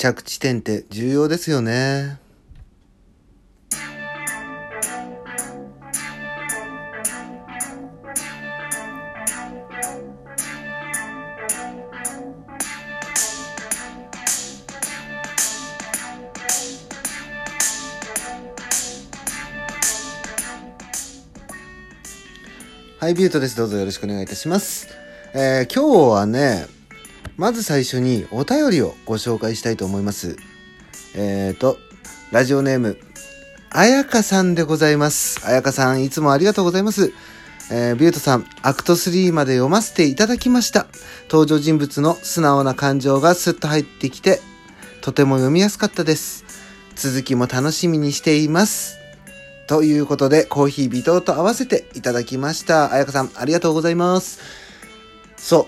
着地点って重要ですよね。はい、ビュートです。どうぞよろしくお願いいたします。今日はね、まず最初にお便りをご紹介したいと思います。ラジオネーム、あやかさんでございます。あやかさん、いつもありがとうございます。ビュートさん、アクト3まで読ませていただきました。登場人物の素直な感情がスッと入ってきて、とても読みやすかったです。続きも楽しみにしています。ということで、コーヒー微糖と合わせていただきました。あやかさん、ありがとうございます。そう、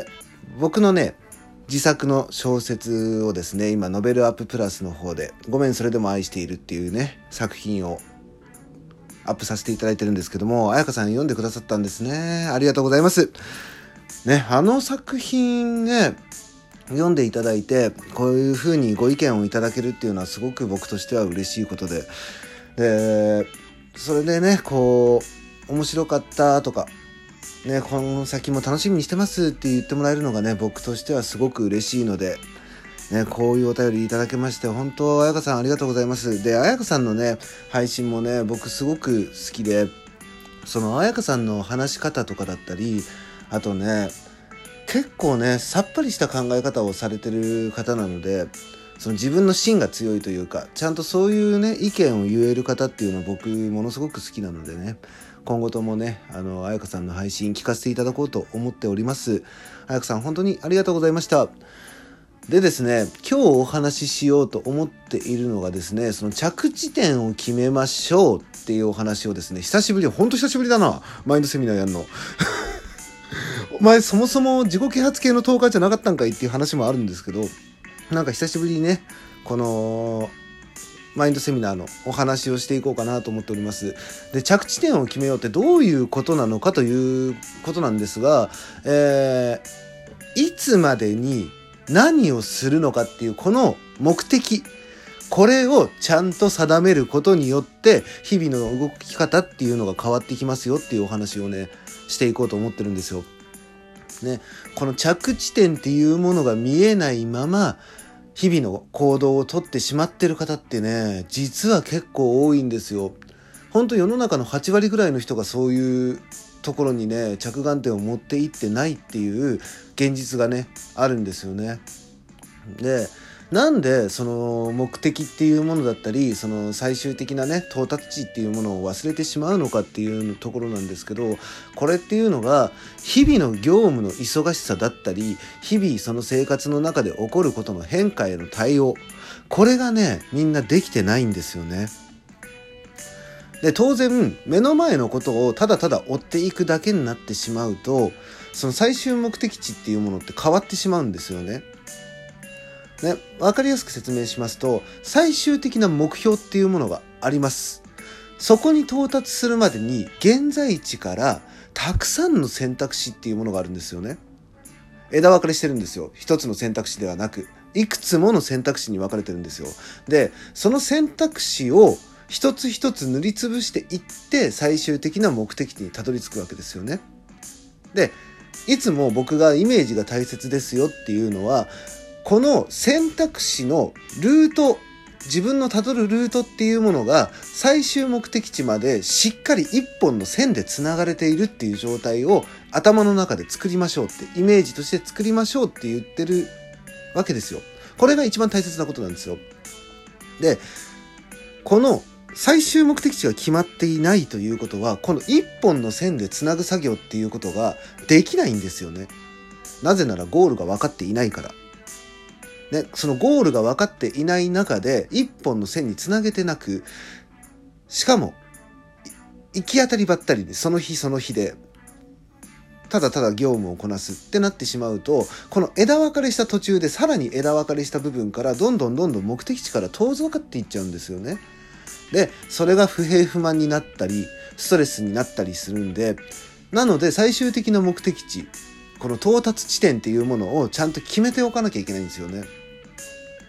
僕のね、自作の小説をですね、今、ノベルアッププラスの方で、ごめん、それでも愛しているっていうね、作品をアップさせていただいてるんですけども、あやかさん読んでくださったんですね。ありがとうございます。ね、あの作品ね、読んでいただいて、こういう風にご意見をいただけるっていうのはすごく僕としては嬉しいことで、それでね、こう、面白かったとか、ね、この先も楽しみにしてますって言ってもらえるのがね、僕としてはすごく嬉しいので、ね、こういうお便りいただけまして、本当、あやかさんありがとうございます。で、あやかさんのね、配信もね、僕すごく好きで、そのあやかさんの話し方とかだったり、あとね、結構ね、さっぱりした考え方をされてる方なので、その自分の芯が強いというか、ちゃんとそういうね、意見を言える方っていうのは僕ものすごく好きなのでね、今後ともね、あやかさんの配信聞かせていただこうと思っております。あやかさん本当にありがとうございました。でですね、今日お話ししようと思っているのがですね、その着地点を決めましょうっていうお話をですね、本当久しぶりだな、マインドセミナーやんの。お前そもそも自己啓発系のトーカーじゃなかったんかいっていう話もあるんですけど、なんか久しぶりにね、このマインドセミナーのお話をしていこうかなと思っております。で、着地点を決めようってどういうことなのかということなんですが、いつまでに何をするのかっていうこの目的、これをちゃんと定めることによって日々の動き方っていうのが変わってきますよっていうお話をね、していこうと思ってるんですよ。ね、この着地点っていうものが見えないまま日々の行動をとってしまってる方ってね、実は結構多いんですよ。ほんと世の中の8割ぐらいの人がそういうところにね、着眼点を持っていってないっていう現実がね、あるんですよね。で、なんでその目的っていうものだったり、その最終的なね、到達値っていうものを忘れてしまうのかっていうところなんですけど、これっていうのが日々の業務の忙しさだったり、日々その生活の中で起こることの変化への対応、これがね、みんなできてないんですよね。で、当然目の前のことをただただ追っていくだけになってしまうと、その最終目的地っていうものって変わってしまうんですよね。ね、わかりやすく説明しますと、最終的な目標っていうものがあります。そこに到達するまでに現在地からたくさんの選択肢っていうものがあるんですよね。枝分かれしてるんですよ。一つの選択肢ではなく、いくつもの選択肢に分かれてるんですよ。で、その選択肢を一つ一つ塗りつぶしていって最終的な目的地にたどり着くわけですよね。で、いつも僕がイメージが大切ですよっていうのは、この選択肢のルート、自分のたどるルートっていうものが最終目的地までしっかり一本の線でつながれているっていう状態を頭の中で作りましょうって、イメージとして作りましょうって言ってるわけですよ。これが一番大切なことなんですよ。で、この最終目的地が決まっていないということは、この一本の線でつなぐ作業っていうことができないんですよね。なぜならゴールが分かっていないから。ね、そのゴールが分かっていない中で一本の線につなげてなく、しかも行き当たりばったりでその日その日でただただ業務をこなすってなってしまうと、この枝分かれした途中でさらに枝分かれした部分からどんどん目的地から遠ざかっていっちゃうんですよね。で、それが不平不満になったりストレスになったりするんで、なので最終的な目的地、この到達地点っていうものをちゃんと決めておかなきゃいけないんですよね。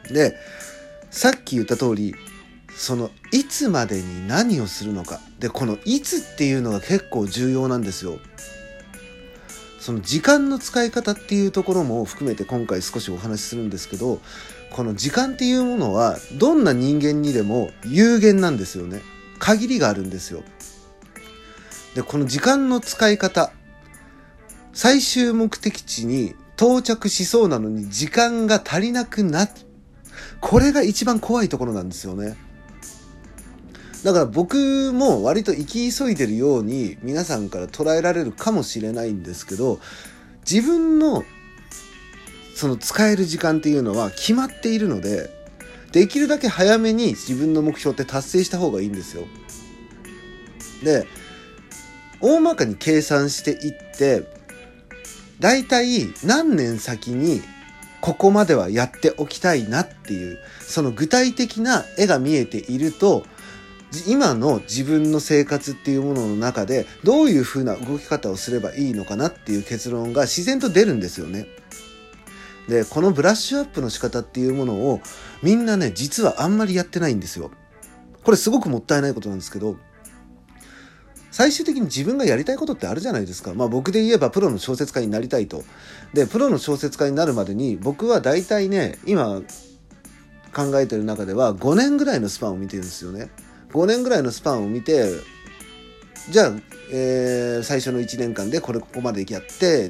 で、さっき言った通り、そのいつまでに何をするのか。で、このいつっていうのが結構重要なんですよ。その時間の使い方っていうところも含めて今回少しお話しするんですけど、この時間っていうものはどんな人間にでも有限なんですよね。限りがあるんですよ。で、この時間の使い方、最終目的地に到着しそうなのに時間が足りなくなる。これが一番怖いところなんですよね。だから僕も割と生き急いでるように皆さんから捉えられるかもしれないんですけど、自分のその使える時間っていうのは決まっているので、できるだけ早めに自分の目標って達成した方がいいんですよ。で、大まかに計算していって、だいたい何年先にここまではやっておきたいなっていう、その具体的な絵が見えていると、今の自分の生活っていうものの中でどういう風な動き方をすればいいのかなっていう結論が自然と出るんですよね。で、このブラッシュアップの仕方っていうものをみんなね、実はあんまりやってないんですよ。これすごくもったいないことなんですけど、最終的に自分がやりたいことってあるじゃないですか。僕で言えばプロの小説家になりたいと。で、プロの小説家になるまでに僕は大体ね、今考えてる中では5年ぐらいのスパンを見てるんですよね。5年ぐらいのスパンを見て、じゃあ、最初の1年間でここまでやって、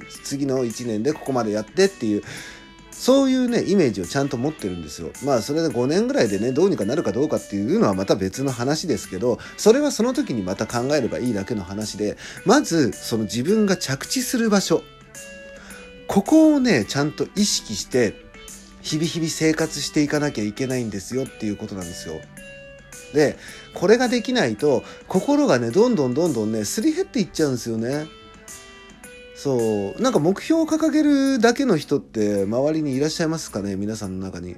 次の1年でここまでやってっていう、そういうね、イメージをちゃんと持ってるんですよ。それで5年ぐらいでね、どうにかなるかどうかっていうのはまた別の話ですけど、それはその時にまた考えればいいだけの話で、まず、その自分が着地する場所、ここをね、ちゃんと意識して、日々日々生活していかなきゃいけないんですよっていうことなんですよ。で、これができないと心がね、どんどんね、すり減っていっちゃうんですよね。そう、なんか目標を掲げるだけの人って周りにいらっしゃいますかね、皆さんの中に。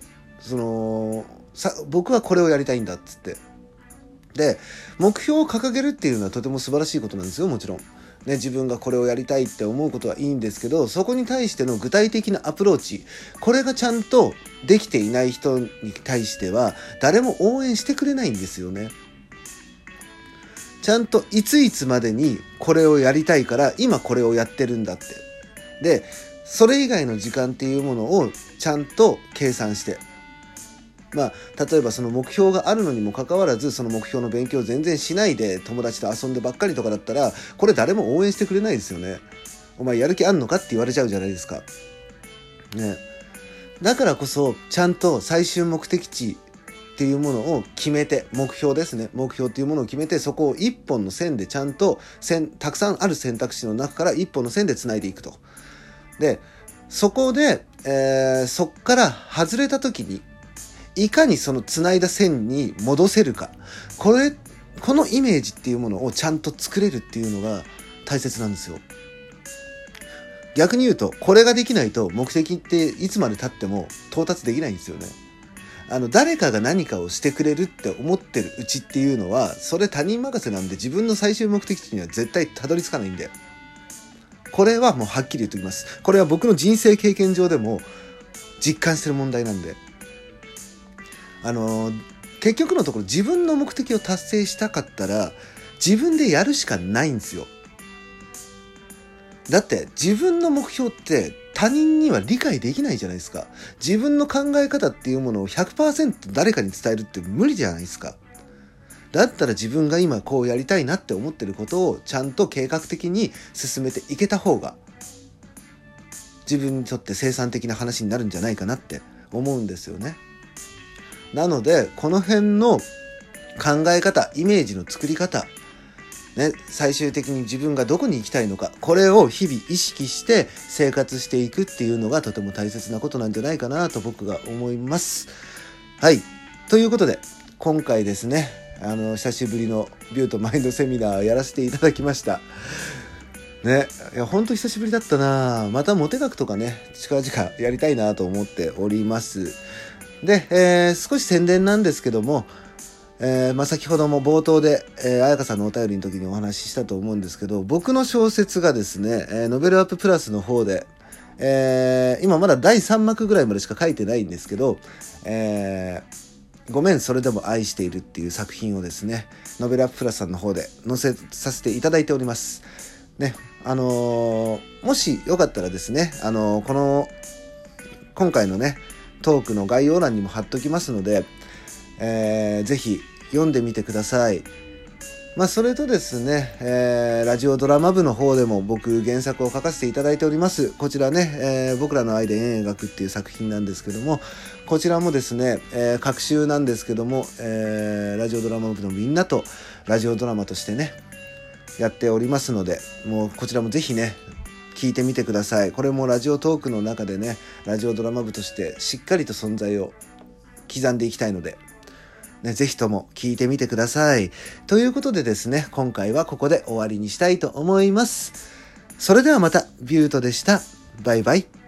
僕はこれをやりたいんだっつって。で、目標を掲げるっていうのはとても素晴らしいことなんですよ、もちろん。ね、自分がこれをやりたいって思うことはいいんですけど、そこに対しての具体的なアプローチ、これがちゃんとできていない人に対しては誰も応援してくれないんですよね。ちゃんといついつまでにこれをやりたいから今これをやってるんだって。で、それ以外の時間っていうものをちゃんと計算して、例えばその目標があるのにもかかわらず、その目標の勉強を全然しないで友達と遊んでばっかりとかだったら、これ誰も応援してくれないですよね。お前やる気あんのかって言われちゃうじゃないですか。ね。だからこそ、ちゃんと最終目的地っていうものを決めて、目標ですね。目標っていうものを決めて、そこを一本の線でちゃんとたくさんある選択肢の中から一本の線で繋いでいくと。で、そこで、そっから外れた時に、いかにその繋いだ線に戻せるか。このイメージっていうものをちゃんと作れるっていうのが大切なんですよ。逆に言うと、これができないと目的っていつまで経っても到達できないんですよね。誰かが何かをしてくれるって思ってるうちっていうのは、それ他人任せなんで自分の最終目的地には絶対たどり着かないんで。これはもうはっきり言っておきます。これは僕の人生経験上でも実感してる問題なんで。結局のところ自分の目的を達成したかったら自分でやるしかないんですよ。だって自分の目標って他人には理解できないじゃないですか。自分の考え方っていうものを 100% 誰かに伝えるって無理じゃないですか。だったら自分が今こうやりたいなって思ってることをちゃんと計画的に進めていけた方が自分にとって生産的な話になるんじゃないかなって思うんですよね。なので、この辺の考え方、イメージの作り方、ね、最終的に自分がどこに行きたいのか、これを日々意識して生活していくっていうのがとても大切なことなんじゃないかなと僕が思います。はい。ということで、今回ですね、久しぶりのビュートマインドセミナーやらせていただきました。ね、いや、ほんと久しぶりだったな。またモテ学とかね、近々やりたいなと思っております。で、少し宣伝なんですけども、先ほども冒頭で、彩香さんのお便りの時にお話ししたと思うんですけど、僕の小説がですね、ノベルアッププラスの方で、 今まだ第3幕ぐらいまでしか書いてないんですけど、ごめんそれでも愛しているっていう作品をですね、ノベラプラスさんの方で載せさせていただいておりますね。もしよかったらですね、今回のねトークの概要欄にも貼っときますので、ぜひ読んでみてください。それとですね、ラジオドラマ部の方でも僕原作を書かせていただいております。こちらね、僕らの愛で円描くっていう作品なんですけども、こちらもですね、各週なんですけども、ラジオドラマ部のみんなとラジオドラマとしてねやっておりますので、もうこちらもぜひね聞いてみてください。これもラジオトークの中でね、ラジオドラマ部としてしっかりと存在を刻んでいきたいのでね、ぜひとも聞いてみてください。ということでですね、今回はここで終わりにしたいと思います。それではまた、ビュートでした。バイバイ。